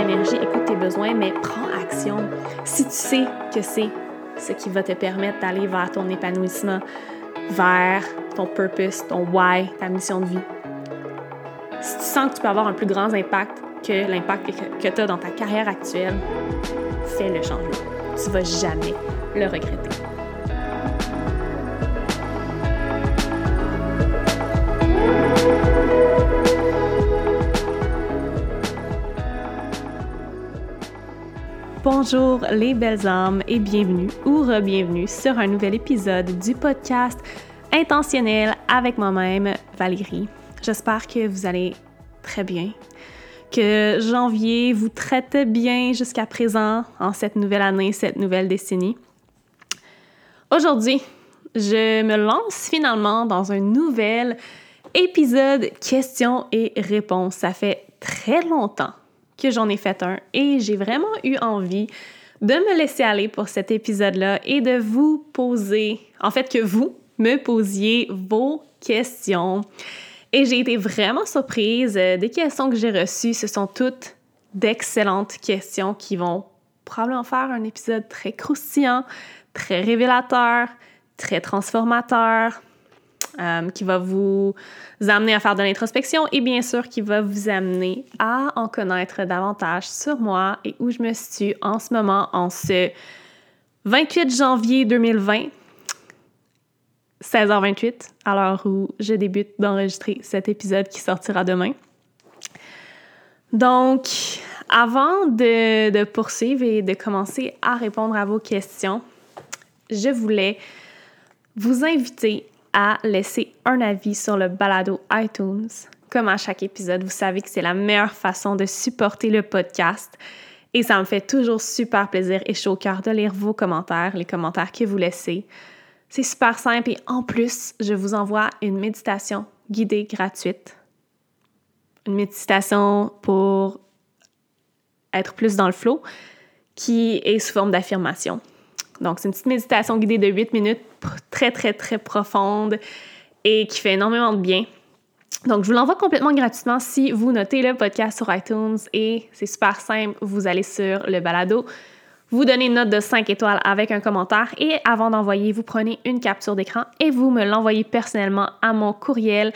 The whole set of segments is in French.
énergie, écoute tes besoins, mais prends action. Si tu sais que c'est ce qui va te permettre d'aller vers ton épanouissement, vers ton purpose, ton why, ta mission de vie. Si tu sens que tu peux avoir un plus grand impact que l'impact que tu as dans ta carrière actuelle, fais le changement. Tu ne vas jamais le regretter. Bonjour les belles âmes et bienvenue ou re-bienvenue sur un nouvel épisode du podcast Intentionnel avec moi-même, Valérie. J'espère que vous allez très bien, que janvier vous traite bien jusqu'à présent en cette nouvelle année, cette nouvelle décennie. Aujourd'hui, je me lance finalement dans un nouvel épisode questions et réponses. Ça fait très longtemps que j'en ai fait un et j'ai vraiment eu envie de me laisser aller pour cet épisode-là et de vous poser, en fait que vous me posiez vos questions. Et j'ai été vraiment surprise des questions que j'ai reçues. Ce sont toutes d'excellentes questions qui vont probablement faire un épisode très croustillant, très révélateur, très transformateur, qui va vous amener à faire de l'introspection et bien sûr qui va vous amener à en connaître davantage sur moi et où je me situe en ce moment en ce 28 janvier 2020, 16h28, à l'heure où je débute d'enregistrer cet épisode qui sortira demain. Donc, avant de poursuivre et de commencer à répondre à vos questions, je voulais vous inviter à laisser un avis sur le balado iTunes. Comme à chaque épisode, vous savez que c'est la meilleure façon de supporter le podcast et ça me fait toujours super plaisir et chaud au cœur de lire vos commentaires, les commentaires que vous laissez. C'est super simple et en plus, je vous envoie une méditation guidée gratuite. Une méditation pour être plus dans le flow qui est sous forme d'affirmation. Donc, c'est une petite méditation guidée de 8 minutes, très, très, très profonde et qui fait énormément de bien. Donc, je vous l'envoie complètement gratuitement si vous notez le podcast sur iTunes et c'est super simple. Vous allez sur le balado, vous donnez une note de 5 étoiles avec un commentaire et avant d'envoyer, vous prenez une capture d'écran et vous me l'envoyez personnellement à mon courriel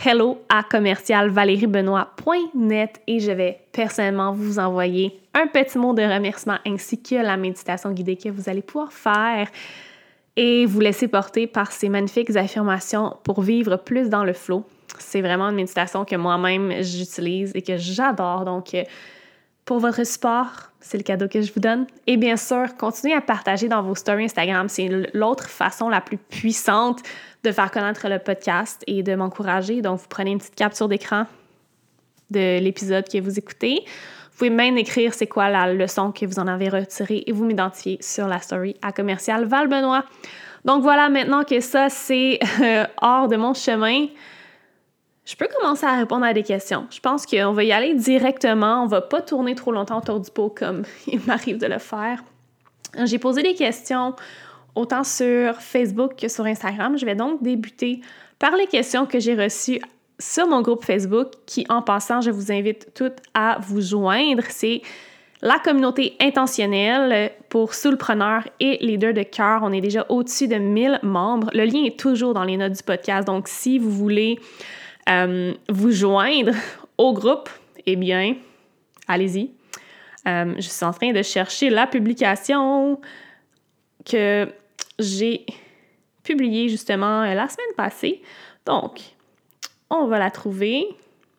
hello@valeriebenoit.net et je vais personnellement vous envoyer un petit mot de remerciement ainsi que la méditation guidée que vous allez pouvoir faire et vous laisser porter par ces magnifiques affirmations pour vivre plus dans le flow. C'est vraiment une méditation que moi-même j'utilise et que j'adore. Donc, pour votre support, c'est le cadeau que je vous donne. Et bien sûr, continuez à partager dans vos stories Instagram. C'est l'autre façon la plus puissante de faire connaître le podcast et de m'encourager. Donc, vous prenez une petite capture d'écran de l'épisode que vous écoutez. Vous pouvez même écrire c'est quoi la leçon que vous en avez retirée et vous m'identifiez sur la story à commercial Val Benoit. Donc voilà, maintenant que ça, c'est hors de mon chemin, je peux commencer à répondre à des questions. Je pense qu'on va y aller directement. On va pas tourner trop longtemps autour du pot comme il m'arrive de le faire. J'ai posé des questions autant sur Facebook que sur Instagram. Je vais donc débuter par les questions que j'ai reçues sur mon groupe Facebook qui, en passant, je vous invite toutes à vous joindre. C'est la communauté intentionnelle pour soulpreneurs et leaders de cœur. On est déjà au-dessus de 1000 membres. Le lien est toujours dans les notes du podcast. Donc, si vous voulez vous joindre au groupe, eh bien, allez-y. Je suis en train de chercher la publication que j'ai publiée justement la semaine passée. Donc, on va la trouver.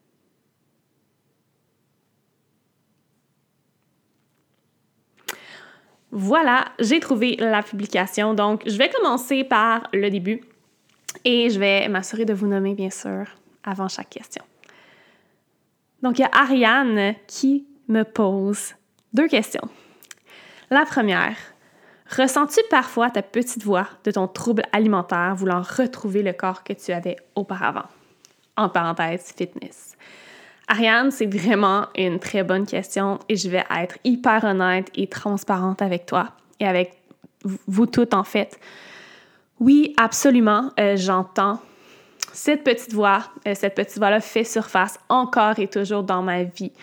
Voilà, j'ai trouvé la publication. Donc, je vais commencer par le début et je vais m'assurer de vous nommer, bien sûr, avant chaque question. Donc, il y a Ariane qui me pose 2 questions. La première, ressens-tu parfois ta petite voix de ton trouble alimentaire voulant retrouver le corps que tu avais auparavant? En parenthèse, fitness. Ariane, c'est vraiment une très bonne question et je vais être hyper honnête et transparente avec toi et avec vous toutes en fait. Oui, absolument, j'entends cette petite voix-là fait surface encore et toujours dans ma vie.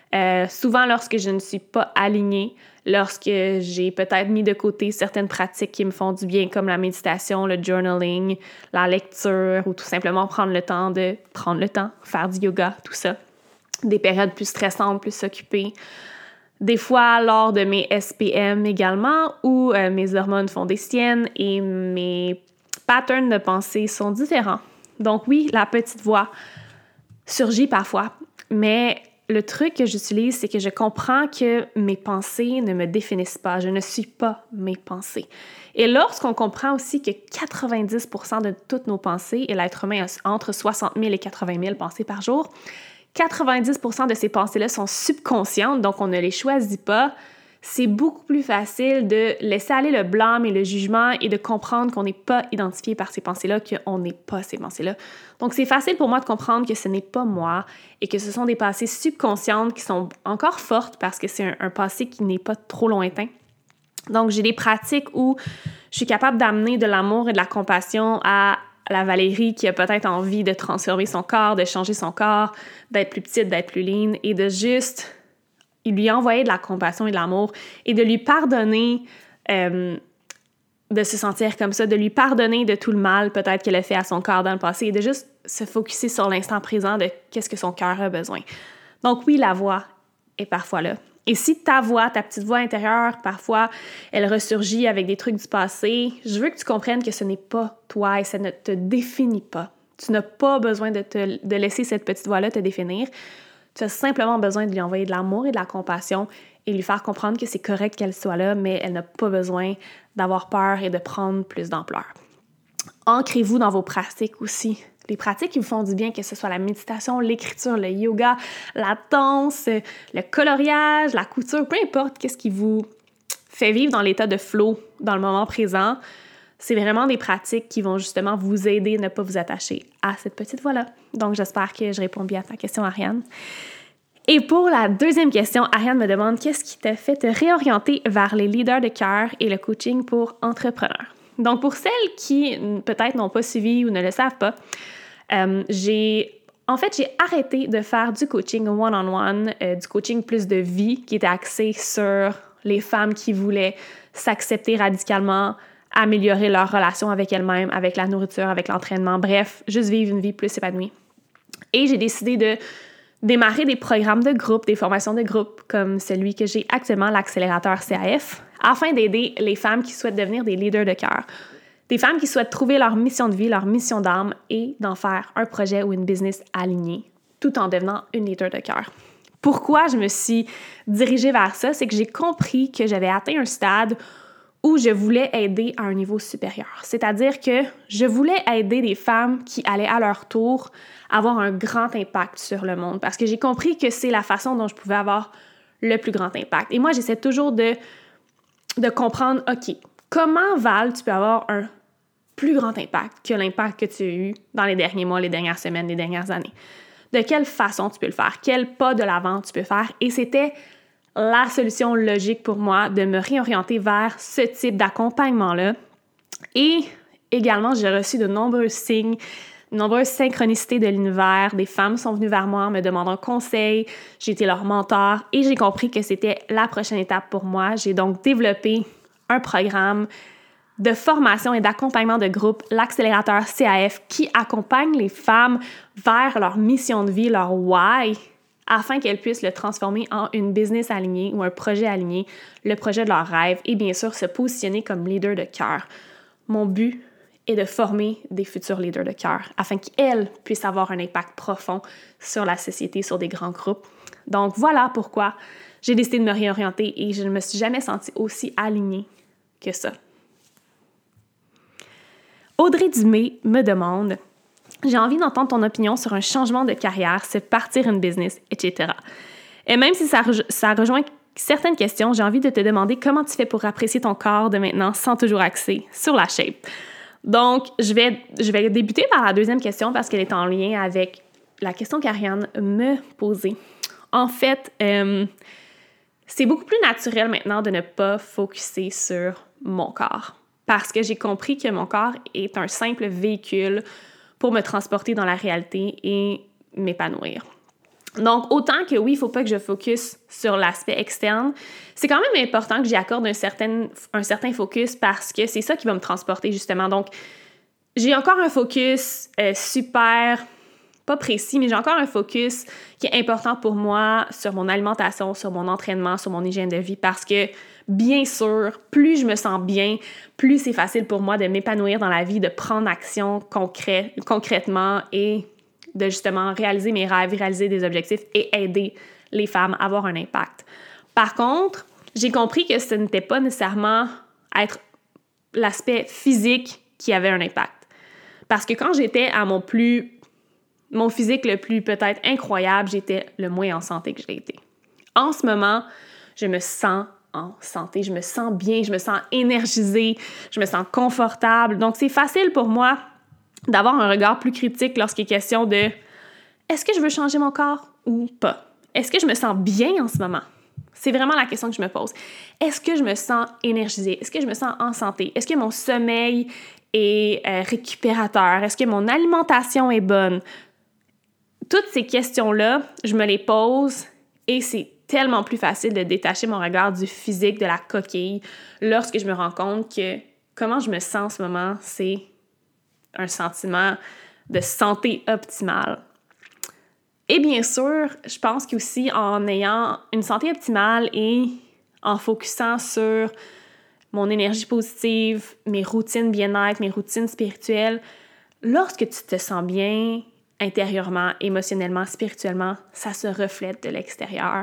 Souvent, lorsque je ne suis pas alignée, lorsque j'ai peut-être mis de côté certaines pratiques qui me font du bien, comme la méditation, le journaling, la lecture, ou tout simplement prendre le temps, faire du yoga, tout ça. Des périodes plus stressantes, plus occupées. Des fois, lors de mes SPM également, où mes hormones font des siennes et mes patterns de pensée sont différents. Donc oui, la petite voix surgit parfois, mais le truc que j'utilise, c'est que je comprends que mes pensées ne me définissent pas. Je ne suis pas mes pensées. Et lorsqu'on comprend aussi que 90% de toutes nos pensées, et l'être humain a entre 60 000 et 80 000 pensées par jour, 90% de ces pensées-là sont subconscientes, donc on ne les choisit pas. C'est beaucoup plus facile de laisser aller le blâme et le jugement et de comprendre qu'on n'est pas identifié par ces pensées-là, qu'on n'est pas ces pensées-là. Donc, c'est facile pour moi de comprendre que ce n'est pas moi et que ce sont des pensées subconscientes qui sont encore fortes parce que c'est un passé qui n'est pas trop lointain. Donc, j'ai des pratiques où je suis capable d'amener de l'amour et de la compassion à la Valérie qui a peut-être envie de transformer son corps, de changer son corps, d'être plus petite, d'être plus lean et de juste lui envoyer de la compassion et de l'amour et de lui pardonner de se sentir comme ça, de lui pardonner de tout le mal peut-être qu'elle a fait à son corps dans le passé et de juste se focusser sur l'instant présent de qu'est-ce que son cœur a besoin. Donc oui, la voix est parfois là. Et si ta voix, ta petite voix intérieure, parfois, elle ressurgit avec des trucs du passé, je veux que tu comprennes que ce n'est pas toi et ça ne te définit pas. Tu n'as pas besoin de laisser cette petite voix-là te définir. Tu as simplement besoin de lui envoyer de l'amour et de la compassion et lui faire comprendre que c'est correct qu'elle soit là, mais elle n'a pas besoin d'avoir peur et de prendre plus d'ampleur. Ancrez-vous dans vos pratiques aussi. Les pratiques qui vous font du bien, que ce soit la méditation, l'écriture, le yoga, la danse, le coloriage, la couture, peu importe qu'est-ce qui vous fait vivre dans l'état de flow dans le moment présent, c'est vraiment des pratiques qui vont justement vous aider à ne pas vous attacher à cette petite voix-là. Donc, j'espère que je réponds bien à ta question, Ariane. Et pour la deuxième question, Ariane me demande qu'est-ce qui t'a fait te réorienter vers les leaders de cœur et le coaching pour entrepreneurs. Donc, pour celles qui peut-être n'ont pas suivi ou ne le savent pas, j'ai arrêté de faire du coaching one-on-one, du coaching plus de vie qui était axé sur les femmes qui voulaient s'accepter radicalement, améliorer leur relation avec elles-mêmes, avec la nourriture, avec l'entraînement, bref, juste vivre une vie plus épanouie. Et j'ai décidé de démarrer des programmes de groupe, des formations de groupe comme celui que j'ai actuellement, l'accélérateur CAF, afin d'aider les femmes qui souhaitent devenir des leaders de cœur. Des femmes qui souhaitent trouver leur mission de vie, leur mission d'âme et d'en faire un projet ou une business alignée, tout en devenant une leader de cœur. Pourquoi je me suis dirigée vers ça? C'est que j'ai compris que j'avais atteint un stade où je voulais aider à un niveau supérieur. C'est-à-dire que je voulais aider des femmes qui allaient à leur tour avoir un grand impact sur le monde parce que j'ai compris que c'est la façon dont je pouvais avoir le plus grand impact. Et moi, j'essaie toujours de comprendre, OK, comment, Val, tu peux avoir un plus grand impact que l'impact que tu as eu dans les derniers mois, les dernières semaines, les dernières années? De quelle façon tu peux le faire? Quel pas de l'avant tu peux faire? Et c'était la solution logique pour moi de me réorienter vers ce type d'accompagnement-là. Et également, j'ai reçu de nombreux signes, de nombreuses synchronicités de l'univers. Des femmes sont venues vers moi en me demandant conseil. J'ai été leur mentor et j'ai compris que c'était la prochaine étape pour moi. J'ai donc développé un programme de formation et d'accompagnement de groupe, l'accélérateur CAF, qui accompagne les femmes vers leur mission de vie, leur why, afin qu'elles puissent le transformer en une business alignée ou un projet aligné, le projet de leur rêve et bien sûr se positionner comme leader de cœur. Mon but est de former des futurs leaders de cœur afin qu'elles puissent avoir un impact profond sur la société, sur des grands groupes. Donc voilà pourquoi j'ai décidé de me réorienter et je ne me suis jamais sentie aussi alignée que ça. Audrey Dumais me demande « J'ai envie d'entendre ton opinion sur un changement de carrière, se partir une business, etc. » Et même si ça rejoint certaines questions, j'ai envie de te demander comment tu fais pour apprécier ton corps de maintenant sans toujours axer sur la shape. Donc, je vais débuter par la deuxième question parce qu'elle est en lien avec la question qu'Ariane me posait. En fait, c'est beaucoup plus naturel maintenant de ne pas focusser sur mon corps parce que j'ai compris que mon corps est un simple véhicule pour me transporter dans la réalité et m'épanouir. Donc, autant que oui, il ne faut pas que je focus sur l'aspect externe, c'est quand même important que j'y accorde un certain focus parce que c'est ça qui va me transporter, justement. Donc, j'ai encore un focus super, pas précis, mais j'ai encore un focus qui est important pour moi sur mon alimentation, sur mon entraînement, sur mon hygiène de vie parce que, bien sûr, plus je me sens bien, plus c'est facile pour moi de m'épanouir dans la vie, de prendre action concrètement et de justement réaliser mes rêves, réaliser des objectifs et aider les femmes à avoir un impact. Par contre, j'ai compris que ce n'était pas nécessairement être l'aspect physique qui avait un impact. Parce que quand j'étais à mon physique le plus peut-être incroyable, j'étais le moins en santé que je l'ai été. En ce moment, je me sens en santé, je me sens bien, je me sens énergisée, je me sens confortable. Donc, c'est facile pour moi d'avoir un regard plus critique lorsqu'il est question de est-ce que je veux changer mon corps ou pas? Est-ce que je me sens bien en ce moment? C'est vraiment la question que je me pose. Est-ce que je me sens énergisée? Est-ce que je me sens en santé? Est-ce que mon sommeil est récupérateur? Est-ce que mon alimentation est bonne? Toutes ces questions-là, je me les pose et c'est tellement plus facile de détacher mon regard du physique, de la coquille, lorsque je me rends compte que comment je me sens en ce moment, c'est un sentiment de santé optimale. Et bien sûr, je pense qu'aussi en ayant une santé optimale et en focusant sur mon énergie positive, mes routines bien-être, mes routines spirituelles, lorsque tu te sens bien intérieurement, émotionnellement, spirituellement, ça se reflète de l'extérieur.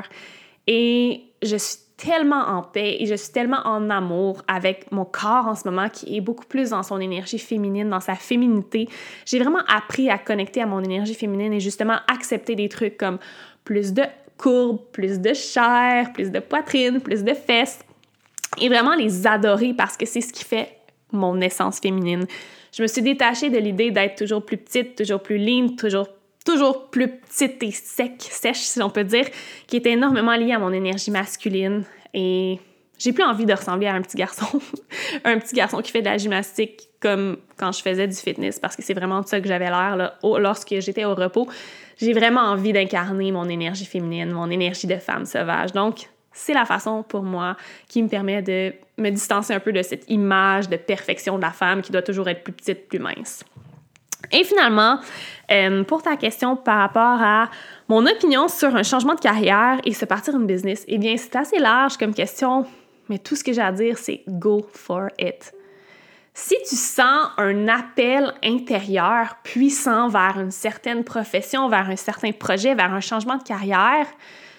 Et je suis tellement en paix et je suis tellement en amour avec mon corps en ce moment qui est beaucoup plus dans son énergie féminine, dans sa féminité. J'ai vraiment appris à connecter à mon énergie féminine et justement accepter des trucs comme plus de courbes, plus de chair, plus de poitrine, plus de fesses et vraiment les adorer parce que c'est ce qui fait mon essence féminine. Je me suis détachée de l'idée d'être toujours plus petite, toujours plus lean, toujours plus petite et sèche, si on peut dire, qui est énormément liée à mon énergie masculine. Et j'ai plus envie de ressembler à un petit garçon, un petit garçon qui fait de la gymnastique comme quand je faisais du fitness, parce que c'est vraiment de ça que j'avais l'air là, lorsque j'étais au repos. J'ai vraiment envie d'incarner mon énergie féminine, mon énergie de femme sauvage. Donc, c'est la façon pour moi qui me permet de me distancer un peu de cette image de perfection de la femme qui doit toujours être plus petite, plus mince. Et finalement, pour ta question par rapport à mon opinion sur un changement de carrière et se partir une business, eh bien, c'est assez large comme question, mais tout ce que j'ai à dire, c'est « go for it ». Si tu sens un appel intérieur puissant vers une certaine profession, vers un certain projet, vers un changement de carrière,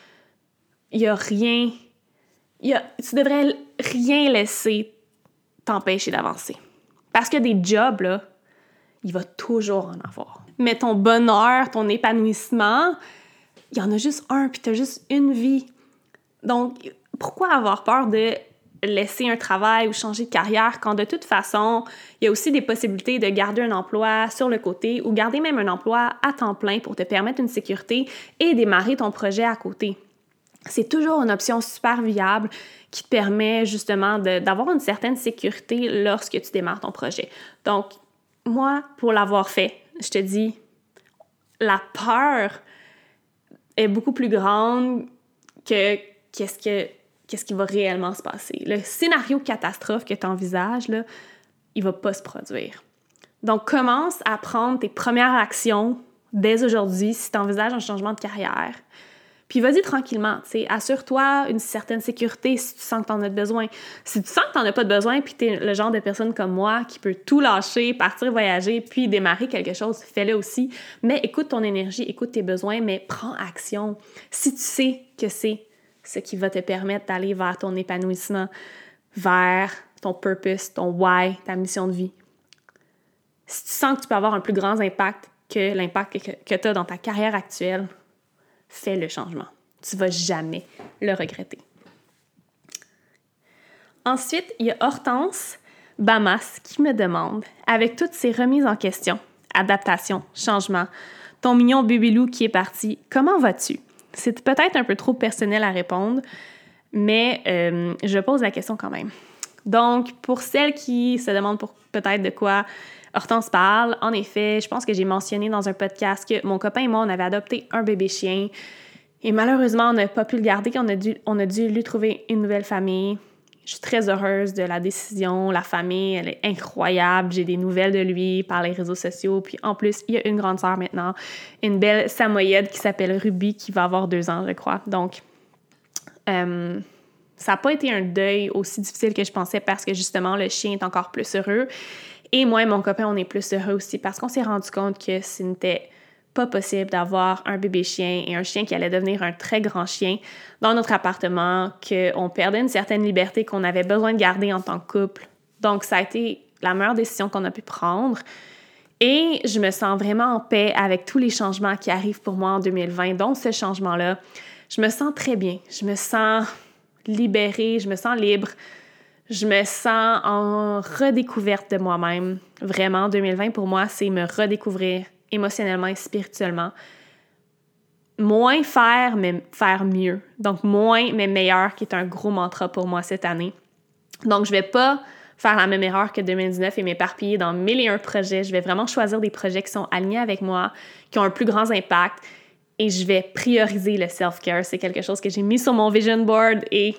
tu devrais rien laisser t'empêcher d'avancer. Parce que des jobs, là, il va toujours en avoir. Mais ton bonheur, ton épanouissement, il y en a juste un, puis tu as juste une vie. Donc, pourquoi avoir peur de laisser un travail ou changer de carrière quand de toute façon, il y a aussi des possibilités de garder un emploi sur le côté ou garder même un emploi à temps plein pour te permettre une sécurité et démarrer ton projet à côté. C'est toujours une option super viable qui te permet justement d'avoir une certaine sécurité lorsque tu démarres ton projet. Donc, moi, pour l'avoir fait, je te dis, la peur est beaucoup plus grande que qu'est-ce qui va réellement se passer. Le scénario catastrophe que tu envisages, là, il va pas se produire. Donc, commence à prendre tes premières actions dès aujourd'hui si tu envisages un changement de carrière. Puis vas-y tranquillement, tu sais, assure-toi une certaine sécurité si tu sens que tu en as besoin. Si tu sens que tu n'en as pas de besoin puis tu es le genre de personne comme moi qui peut tout lâcher, partir voyager puis démarrer quelque chose, fais-le aussi. Mais écoute ton énergie, écoute tes besoins, mais prends action. Si tu sais que c'est ce qui va te permettre d'aller vers ton épanouissement, vers ton purpose, ton why, ta mission de vie. Si tu sens que tu peux avoir un plus grand impact que l'impact que tu as dans ta carrière actuelle, fais le changement. Tu ne vas jamais le regretter. Ensuite, il y a Hortense Bamas qui me demande, avec toutes ces remises en question, adaptation, changement, ton mignon bébé-loup qui est parti, comment vas-tu? C'est peut-être un peu trop personnel à répondre, mais je pose la question quand même. Donc, pour celles qui se demandent peut-être de quoi Hortense parle, en effet, je pense que j'ai mentionné dans un podcast que mon copain et moi, on avait adopté un bébé chien Et malheureusement, on n'a pas pu le garder. On a dû lui trouver une nouvelle famille. Je suis très heureuse de la décision. La famille, elle est incroyable. J'ai des nouvelles de lui par les réseaux sociaux. Puis en plus, il y a une grande sœur maintenant, une belle samoyède qui s'appelle Ruby, qui va avoir 2 ans, je crois. Donc, ça n'a pas été un deuil aussi difficile que je pensais parce que justement, le chien est encore plus heureux. Et moi et mon copain, on est plus heureux aussi parce qu'on s'est rendu compte que ce n'était pas possible d'avoir un bébé chien et un chien qui allait devenir un très grand chien dans notre appartement, qu'on perdait une certaine liberté qu'on avait besoin de garder en tant que couple. Donc, ça a été la meilleure décision qu'on a pu prendre. Et je me sens vraiment en paix avec tous les changements qui arrivent pour moi en 2020, dont ce changement-là. Je me sens très bien. Je me sens libérée, je me sens libre. Je me sens en redécouverte de moi-même. Vraiment, 2020, pour moi, c'est me redécouvrir émotionnellement et spirituellement. Moins faire, mais faire mieux. Donc, moins, mais meilleur, qui est un gros mantra pour moi cette année. Donc, je vais pas faire la même erreur que 2019 et m'éparpiller dans 1001 projets. Je vais vraiment choisir des projets qui sont alignés avec moi, qui ont un plus grand impact, et je vais prioriser le self-care. C'est quelque chose que j'ai mis sur mon vision board et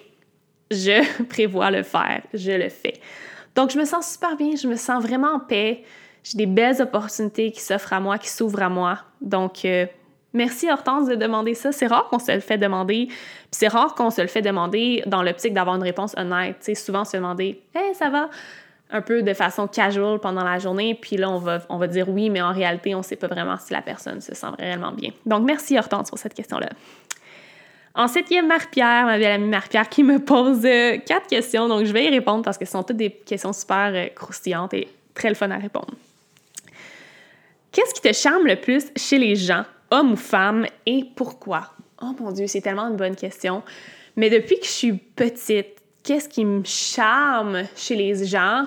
je prévois le faire. Je le fais. Donc, je me sens super bien. Je me sens vraiment en paix. J'ai des belles opportunités qui s'offrent à moi, qui s'ouvrent à moi. Donc, merci Hortense de demander ça. C'est rare qu'on se le fait demander. Puis c'est rare qu'on se le fait demander dans l'optique d'avoir une réponse honnête. Tu sais, souvent, se demander « Hey, ça va? » un peu de façon casual pendant la journée. Puis là, on va dire oui, mais en réalité, on ne sait pas vraiment si la personne se sent réellement bien. Donc, merci Hortense pour cette question-là. Ensuite, il y a Marie-Pierre, ma belle amie Marie-Pierre, qui me pose 4 questions. Donc, je vais y répondre parce que ce sont toutes des questions super croustillantes et très le fun à répondre. Qu'est-ce qui te charme le plus chez les gens, hommes ou femmes, et pourquoi? Oh mon Dieu, c'est tellement une bonne question. Mais depuis que je suis petite, qu'est-ce qui me charme chez les gens?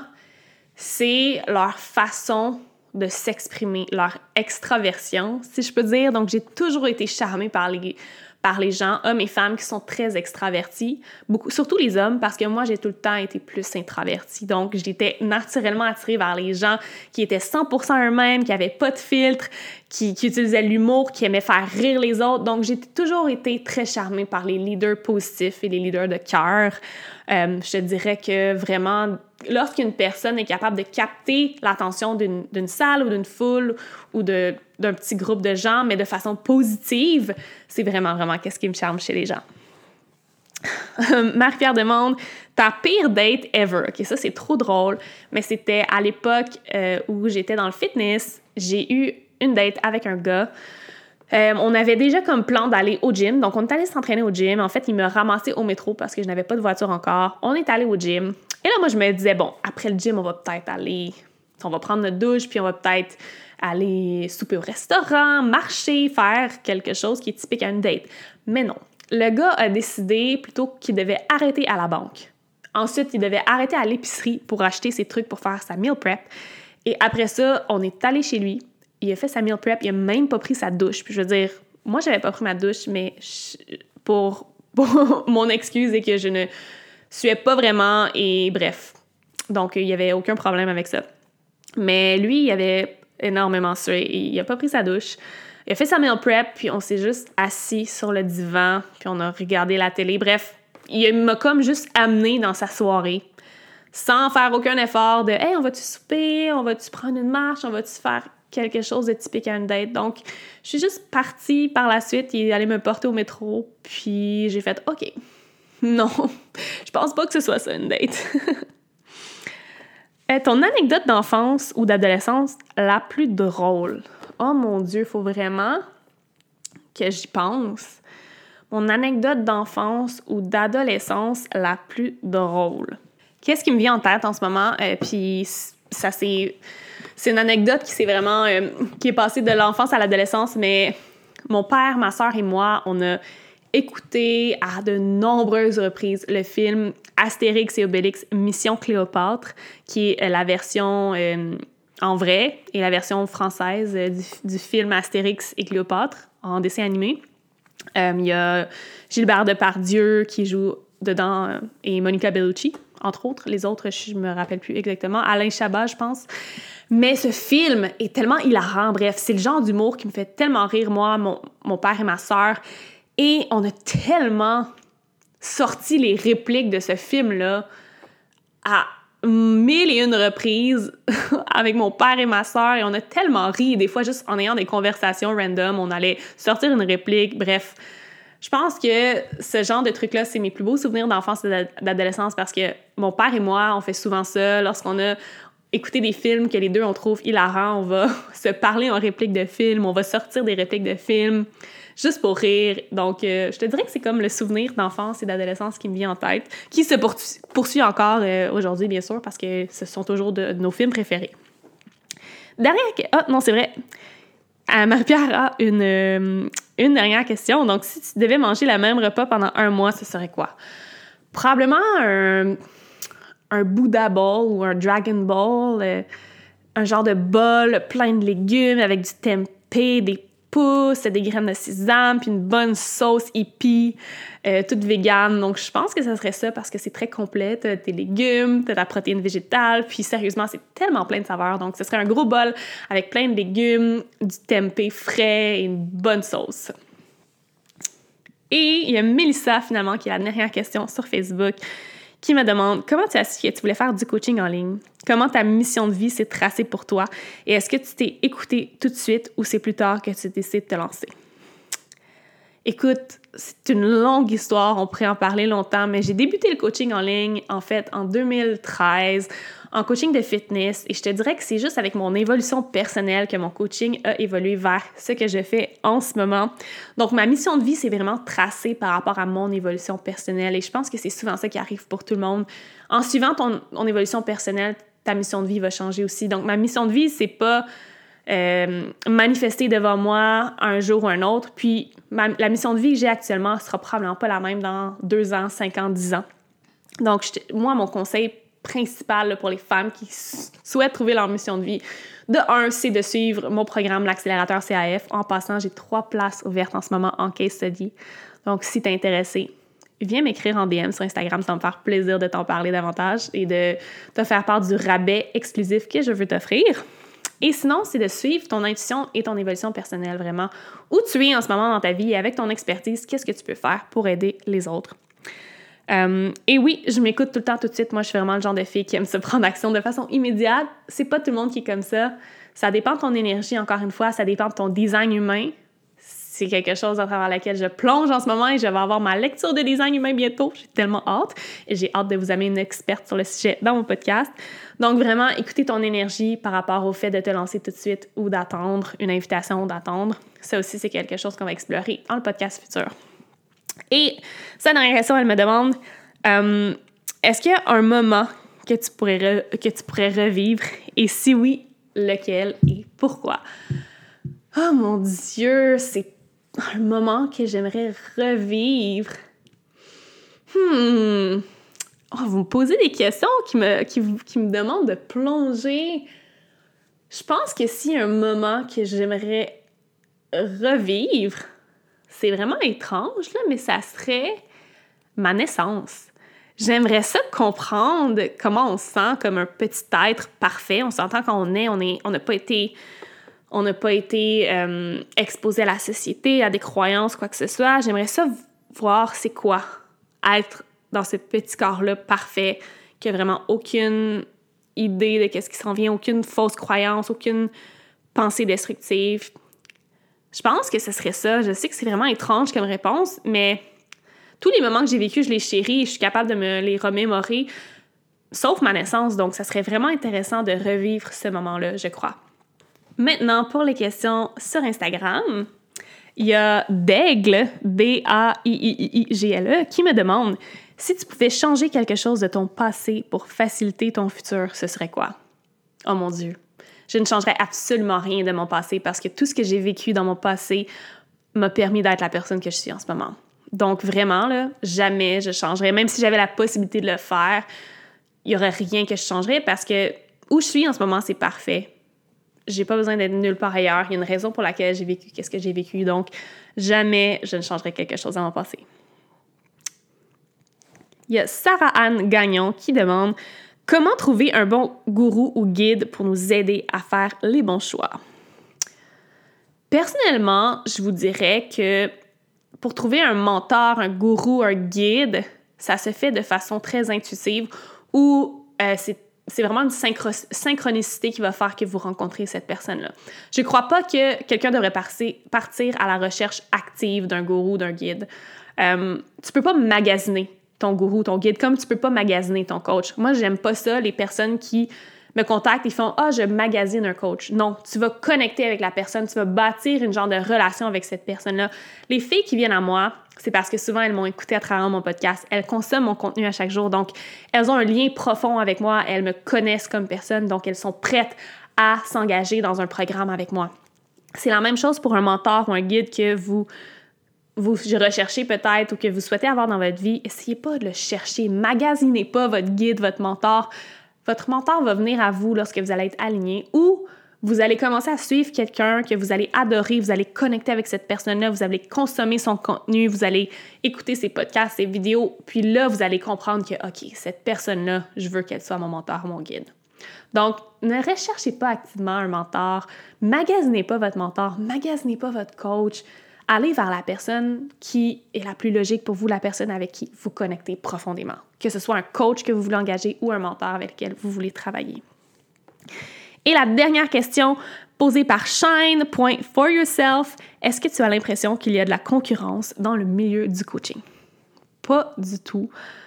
C'est leur façon de s'exprimer, leur extraversion, si je peux dire. Donc, j'ai toujours été charmée par les gens, hommes et femmes, qui sont très extravertis, surtout les hommes, parce que moi, j'ai tout le temps été plus introvertie. Donc, j'étais naturellement attirée vers les gens qui étaient 100% eux-mêmes, qui n'avaient pas de filtre, qui utilisaient l'humour, qui aimaient faire rire les autres. Donc, j'ai toujours été très charmée par les leaders positifs et les leaders de cœur. Je te dirais que vraiment, lorsqu'une personne est capable de capter l'attention d'une salle ou d'une foule ou d'un petit groupe de gens, mais de façon positive, c'est vraiment, vraiment qu'est-ce qui me charme chez les gens. Marie-Pierre demande « Ta pire date ever? » OK, ça, c'est trop drôle, mais c'était à l'époque où j'étais dans le fitness. J'ai eu une date avec un gars. On avait déjà comme plan d'aller au gym. Donc, on est allé s'entraîner au gym. En fait, il m'a ramassé au métro parce que je n'avais pas de voiture encore. On est allé au gym. Et là, moi, je me disais, bon, après le gym, on va peut-être aller... On va prendre notre douche, puis on va peut-être aller souper au restaurant, marcher, faire quelque chose qui est typique à une date. Mais non. Le gars a décidé plutôt qu'il devait arrêter à la banque. Ensuite, il devait arrêter à l'épicerie pour acheter ses trucs pour faire sa meal prep. Et après ça, on est allé chez lui. Il a fait sa meal prep, il a même pas pris sa douche. Puis je veux dire, moi, j'avais pas pris ma douche, mais pour mon excuse est que je ne suais pas vraiment et bref. Donc, il y avait aucun problème avec ça. Mais lui, il avait énormément sué et il a pas pris sa douche. Il a fait sa meal prep, puis on s'est juste assis sur le divan, puis on a regardé la télé. Bref, il m'a comme juste amené dans sa soirée, sans faire aucun effort de « Hey, on va-tu souper? On va-tu prendre une marche? On va-tu faire quelque chose de typique à une date? » Donc, je suis juste partie par la suite. Il est allé me porter au métro, puis j'ai fait « OK, non, je pense pas que ce soit ça, une date. » Ton anecdote d'enfance ou d'adolescence la plus drôle? Oh mon Dieu, il faut vraiment que j'y pense. Mon anecdote d'enfance ou d'adolescence la plus drôle. Qu'est-ce qui me vient en tête en ce moment? Puis ça, c'est une anecdote qui qui est passée de l'enfance à l'adolescence, mais mon père, ma sœur et moi, on a écouté à de nombreuses reprises le film Astérix et Obélix Mission Cléopâtre, qui est la version en vrai et la version française du film Astérix et Cléopâtre en dessin animé. Il y a Gilbert Depardieu qui joue dedans et Monica Bellucci, entre autres. Les autres, je me rappelle plus exactement. Alain Chabat, je pense. Mais ce film est tellement hilarant. Bref, c'est le genre d'humour qui me fait tellement rire, moi, mon père et ma sœur. Et on a tellement sorti les répliques de ce film-là à 1001 reprises avec mon père et ma sœur, et on a tellement ri, des fois juste en ayant des conversations random, on allait sortir une réplique, bref. Je pense que ce genre de trucs-là, c'est mes plus beaux souvenirs d'enfance et d'adolescence, parce que mon père et moi, on fait souvent ça lorsqu'on a écouté des films que les deux on trouve hilarants, on va se parler en répliques de films, on va sortir des répliques de films juste pour rire. Donc, je te dirais que c'est comme le souvenir d'enfance et d'adolescence qui me vient en tête, qui se poursuit encore aujourd'hui, bien sûr, parce que ce sont toujours de nos films préférés. Non, c'est vrai. Marie-Pierre a une dernière question. Donc, si tu devais manger le même repas pendant 1 mois, ce serait quoi? Probablement un Buddha Ball ou un Dragon Ball, un genre de bol plein de légumes avec du tempeh, des pousses, des graines de sésame, puis une bonne sauce hippie, toute végane. Donc, je pense que ça serait ça parce que c'est très complet. T'as tes légumes, t'as ta protéine végétale, puis sérieusement, c'est tellement plein de saveurs. Donc, ce serait un gros bol avec plein de légumes, du tempeh frais et une bonne sauce. Et il y a Mélissa, finalement, qui a la dernière question sur Facebook, qui me demande comment tu as su que tu voulais faire du coaching en ligne? Comment ta mission de vie s'est tracée pour toi? Et est-ce que tu t'es écouté tout de suite ou c'est plus tard que tu décides de te lancer? Écoute, c'est une longue histoire, on pourrait en parler longtemps, mais j'ai débuté le coaching en ligne, en fait, en 2013, en coaching de fitness, et je te dirais que c'est juste avec mon évolution personnelle que mon coaching a évolué vers ce que je fais en ce moment. Donc, ma mission de vie, c'est vraiment tracée par rapport à mon évolution personnelle, et je pense que c'est souvent ça qui arrive pour tout le monde. En suivant ton évolution personnelle, ta mission de vie va changer aussi. Donc, ma mission de vie, c'est pas manifester devant moi un jour ou un autre. Puis la mission de vie que j'ai actuellement sera probablement pas la même dans 2 ans, 5 ans, 10 ans. Donc, moi, mon conseil principal là, pour les femmes qui souhaitent trouver leur mission de vie, de 1, c'est de suivre mon programme, l'accélérateur CAF. En passant, j'ai 3 places ouvertes en ce moment en case study. Donc, si t'es intéressé, viens m'écrire en DM sur Instagram, ça va me faire plaisir de t'en parler davantage et de te faire part du rabais exclusif que je veux t'offrir. Et sinon, c'est de suivre ton intuition et ton évolution personnelle, vraiment. Où tu es en ce moment dans ta vie et avec ton expertise, qu'est-ce que tu peux faire pour aider les autres? Et oui, je m'écoute tout le temps, tout de suite. Moi, je suis vraiment le genre de fille qui aime se prendre action de façon immédiate. C'est pas tout le monde qui est comme ça. Ça dépend de ton énergie, encore une fois. Ça dépend de ton design humain. C'est quelque chose à travers laquelle je plonge en ce moment et je vais avoir ma lecture de design humain bientôt. J'ai tellement hâte et j'ai hâte de vous amener une experte sur le sujet dans mon podcast. Donc vraiment, écoutez ton énergie par rapport au fait de te lancer tout de suite ou d'attendre une invitation, d'attendre. Ça aussi, c'est quelque chose qu'on va explorer dans le podcast futur. Et sa dernière question, elle me demande est-ce qu'il y a un moment que tu pourrais revivre et si oui, lequel et pourquoi? Oh mon Dieu, c'est un moment que j'aimerais revivre. Oh, vous me posez des questions qui me demandent de plonger. Je pense que s'il y a un moment que j'aimerais revivre, c'est vraiment étrange, là, mais ça serait ma naissance. J'aimerais ça comprendre comment on se sent comme un petit être parfait. On s'entend quand on n'a pas été exposé à la société, à des croyances, quoi que ce soit. J'aimerais ça voir c'est quoi être dans ce petit corps-là parfait, qui a vraiment aucune idée de qu'est-ce qui s'en vient, aucune fausse croyance, aucune pensée destructive. Je pense que ce serait ça. Je sais que c'est vraiment étrange comme réponse, mais tous les moments que j'ai vécus, je les chéris et je suis capable de me les remémorer, sauf ma naissance. Donc, ça serait vraiment intéressant de revivre ce moment-là, je crois. Maintenant, pour les questions sur Instagram, il y a Daigle, D-A-I-I-I-G-L-E, qui me demande si tu pouvais changer quelque chose de ton passé pour faciliter ton futur, ce serait quoi? Oh mon Dieu! Je ne changerais absolument rien de mon passé parce que tout ce que j'ai vécu dans mon passé m'a permis d'être la personne que je suis en ce moment. Donc vraiment, là, jamais je changerais. Même si j'avais la possibilité de le faire, il n'y aurait rien que je changerais parce que où je suis en ce moment, c'est parfait. J'ai pas besoin d'être nulle part ailleurs. Il y a une raison pour laquelle j'ai vécu qu'est-ce que j'ai vécu. Donc, jamais je ne changerais quelque chose dans mon passé. Il y a Sarah-Anne Gagnon qui demande « Comment trouver un bon gourou ou guide pour nous aider à faire les bons choix? » Personnellement, je vous dirais que pour trouver un mentor, un gourou, un guide, ça se fait de façon très intuitive où c'est vraiment une synchronicité qui va faire que vous rencontrez cette personne-là. Je ne crois pas que quelqu'un devrait partir à la recherche active d'un gourou, d'un guide. Tu peux pas magasiner ton gourou, ton guide, comme tu peux pas magasiner ton coach. Moi, j'aime pas ça, les personnes qui me contactent, ils font « Ah, je magasine un coach ». Non, tu vas connecter avec la personne, tu vas bâtir une genre de relation avec cette personne-là. Les filles qui viennent à moi, c'est parce que souvent, elles m'ont écouté à travers mon podcast. Elles consomment mon contenu à chaque jour, donc elles ont un lien profond avec moi, elles me connaissent comme personne, donc elles sont prêtes à s'engager dans un programme avec moi. C'est la même chose pour un mentor ou un guide que vous recherchez peut-être ou que vous souhaitez avoir dans votre vie. Essayez pas de le chercher, magasinez pas votre guide, votre mentor. Votre mentor va venir à vous lorsque vous allez être aligné ou vous allez commencer à suivre quelqu'un que vous allez adorer, vous allez connecter avec cette personne-là, vous allez consommer son contenu, vous allez écouter ses podcasts, ses vidéos, puis là, vous allez comprendre que, OK, cette personne-là, je veux qu'elle soit mon mentor, mon guide. Donc, ne recherchez pas activement un mentor, magasinez pas votre mentor, magasinez pas votre coach. Allez vers la personne qui est la plus logique pour vous, la personne avec qui vous connectez profondément. Que ce soit un coach que vous voulez engager ou un mentor avec lequel vous voulez travailler. Et la dernière question posée par Shine.foryourself, est-ce que tu as l'impression qu'il y a de la concurrence dans le milieu du coaching? Pas du tout.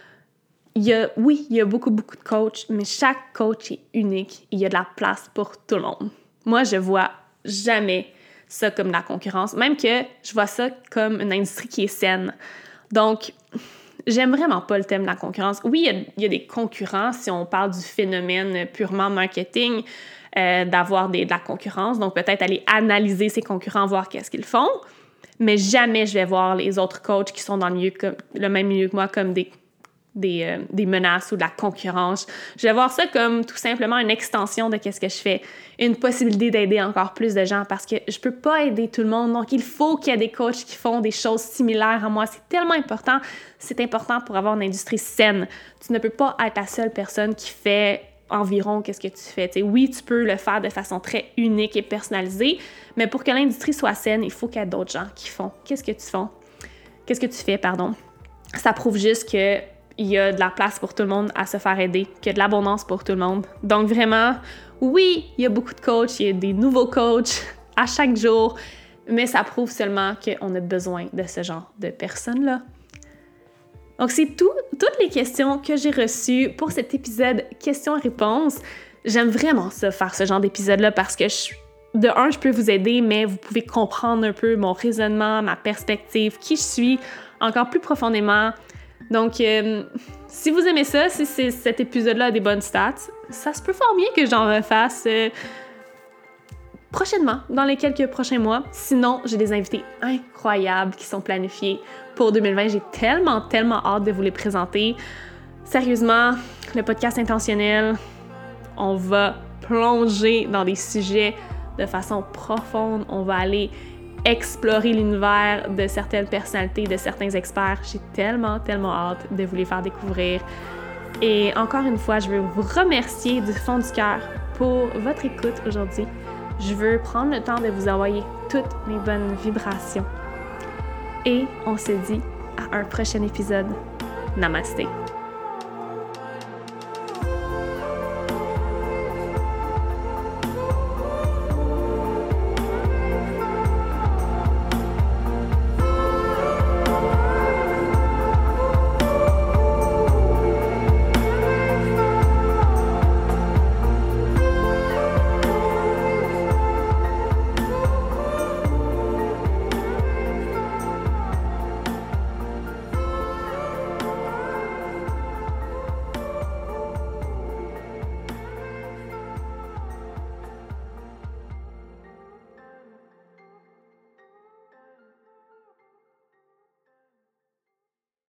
Il y a beaucoup de coachs, mais chaque coach est unique. Il y a de la place pour tout le monde. Moi, je vois jamais ça comme de la concurrence, même que je vois ça comme une industrie qui est saine. Donc, j'aime vraiment pas le thème de la concurrence. Oui, il y a des concurrents, si on parle du phénomène purement marketing, d'avoir de la concurrence. Donc, peut-être aller analyser ses concurrents, voir qu'est-ce qu'ils font. Mais jamais je vais voir les autres coachs qui sont dans le même milieu que moi comme des menaces ou de la concurrence. Je vais voir ça comme tout simplement une extension de qu'est-ce que je fais, une possibilité d'aider encore plus de gens parce que je peux pas aider tout le monde, donc il faut qu'il y ait des coachs qui font des choses similaires à moi. C'est tellement important. C'est important pour avoir une industrie saine. Tu ne peux pas être la seule personne qui fait environ qu'est-ce que tu fais. T'sais, oui, tu peux le faire de façon très unique et personnalisée, mais pour que l'industrie soit saine, il faut qu'il y ait d'autres gens qui font. Qu'est-ce que tu fais. Ça prouve juste que il y a de la place pour tout le monde à se faire aider, qu'il y a de l'abondance pour tout le monde. Donc vraiment, oui, il y a beaucoup de coachs, il y a des nouveaux coachs à chaque jour, mais ça prouve seulement qu'on a besoin de ce genre de personnes-là. Donc c'est toutes les questions que j'ai reçues pour cet épisode questions-réponses. J'aime vraiment ça, faire ce genre d'épisode-là, parce que je peux vous aider, mais vous pouvez comprendre un peu mon raisonnement, ma perspective, qui je suis, encore plus profondément. Donc, si vous aimez ça, si cet épisode-là a des bonnes stats, ça se peut fort bien que j'en refasse prochainement, dans les quelques prochains mois. Sinon, j'ai des invités incroyables qui sont planifiés pour 2020. J'ai tellement hâte de vous les présenter. Sérieusement, le podcast intentionnel, on va plonger dans des sujets de façon profonde. On va aller explorer l'univers de certaines personnalités, de certains experts. J'ai tellement hâte de vous les faire découvrir. Et encore une fois, je veux vous remercier du fond du cœur pour votre écoute aujourd'hui. Je veux prendre le temps de vous envoyer toutes mes bonnes vibrations. Et on se dit à un prochain épisode. Namasté.